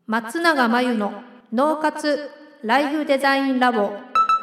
松永真由の脳活ライフデザインラボ。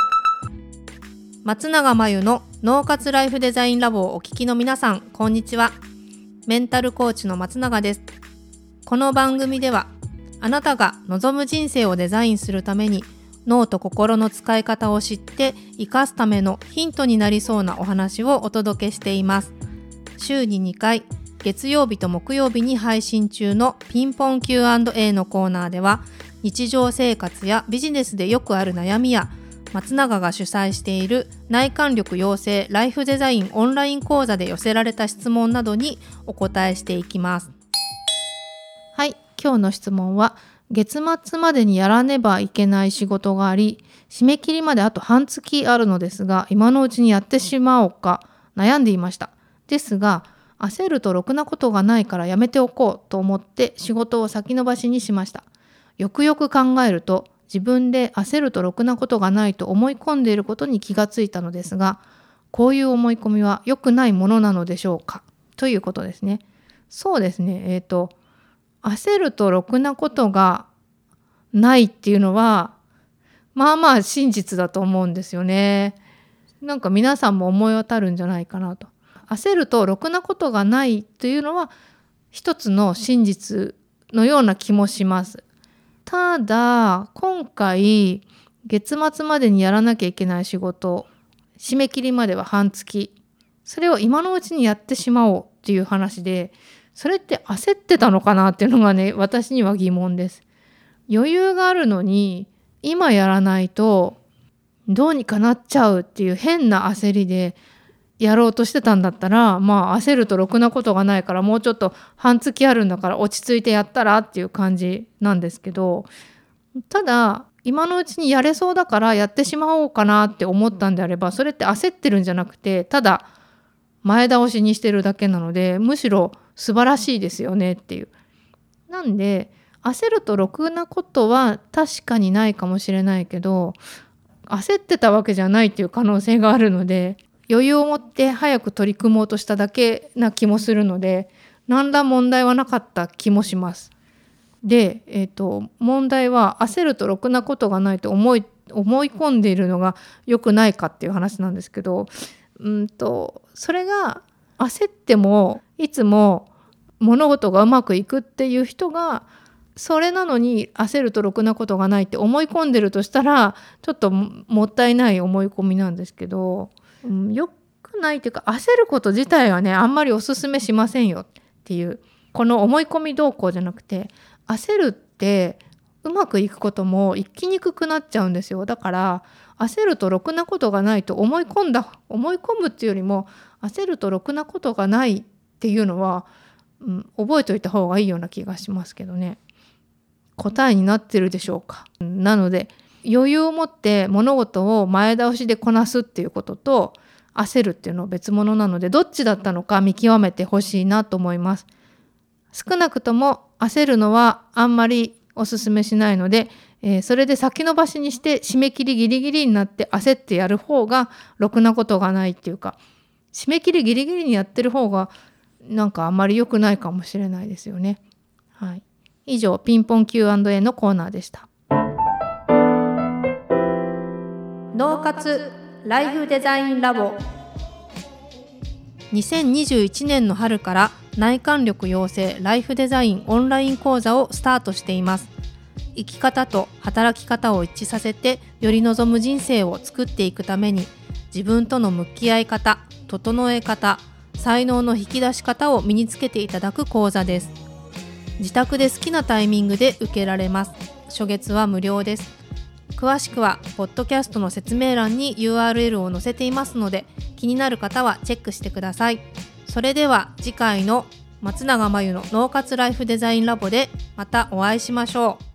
松永真由の脳活ライフデザインラボをお聞きの皆さん、こんにちは。メンタルコーチの松永です。この番組では、あなたが望む人生をデザインするために脳と心の使い方を知って生かすためのヒントになりそうなお話をお届けしています。週に2回、月曜日と木曜日に配信中のピンポン Q&A のコーナーでは、日常生活やビジネスでよくある悩みや、松永が主催している内観力養成ライフデザインオンライン講座で寄せられた質問などにお答えしていきます。はい、今日の質問は、月末までにやらねばいけない仕事があり、締め切りまであと半月あるのですが、今のうちにやってしまおうか悩んでいました。ですが、焦るとろくなことがないからやめておこうと思って仕事を先延ばしにしました。よくよく考えると、自分で焦るとろくなことがないと思い込んでいることに気がついたのですが、こういう思い込みは良くないものなのでしょうか、ということですね。そうですね。焦るとろくなことがないっていうのは、まあまあ真実だと思うんですよね。なんか皆さんも思い当たるんじゃないかなと。焦るとろくなことがないというのは一つの真実のような気もします。ただ今回月末までにやらなきゃいけない仕事、締め切りまでは半月、それを今のうちにやってしまおうっていう話で、それって焦ってたのかなっていうのがね、私には疑問です。余裕があるのに今やらないとどうにかなっちゃうっていう変な焦りでやろうとしてたんだったら、まあ焦るとろくなことがないから、もうちょっと半月あるんだから落ち着いてやったらっていう感じなんですけど、ただ今のうちにやれそうだからやってしまおうかなって思ったんであれば、それって焦ってるんじゃなくて、ただ前倒しにしてるだけなので、むしろ素晴らしいですよねっていう。なんで焦るとろくなことは確かにないかもしれないけど、焦ってたわけじゃないっていう可能性があるので、余裕を持って早く取り組もうとしただけな気もするので、何ら問題はなかった気もします。で、問題は焦るとろくなことがないと思い込んでいるのが良くないかっていう話なんですけど、それが焦ってもいつも物事がうまくいくっていう人が、それなのに焦るとろくなことがないって思い込んでるとしたら、ちょっともったいない思い込みなんですけど、良くないというか、焦ること自体はね、あんまりおすすめしませんよっていう、この思い込み動向じゃなくて、焦るってうまくいくこともいきにくくなっちゃうんですよ。だから焦るとろくなことがないと思い込むっていうよりも、焦るとろくなことがないっていうのは、覚えておいた方がいいような気がしますけどね。答えになってるでしょうか。なので余裕を持って物事を前倒しでこなすっていうことと、焦るっていうのは別物なので、どっちだったのか見極めてほしいなと思います。少なくとも焦るのはあんまりおすすめしないので、それで先延ばしにして締め切りギリギリになって焦ってやる方がろくなことがないっていうか、締め切りギリギリにやってる方がなんかあんまり良くないかもしれないですよね。はい。以上、ピンポン Q&A のコーナーでした。脳活ライフデザインラボ。2021年の春から内観力養成ライフデザインオンライン講座をスタートしています。生き方と働き方を一致させて、より望む人生を作っていくために、自分との向き合い方、整え方、才能の引き出し方を身につけていただく講座です。自宅で好きなタイミングで受けられます。初月は無料です。詳しくはポッドキャストの説明欄に URL を載せていますので、気になる方はチェックしてください。それでは次回の松永真由の脳活ライフデザインラボでまたお会いしましょう。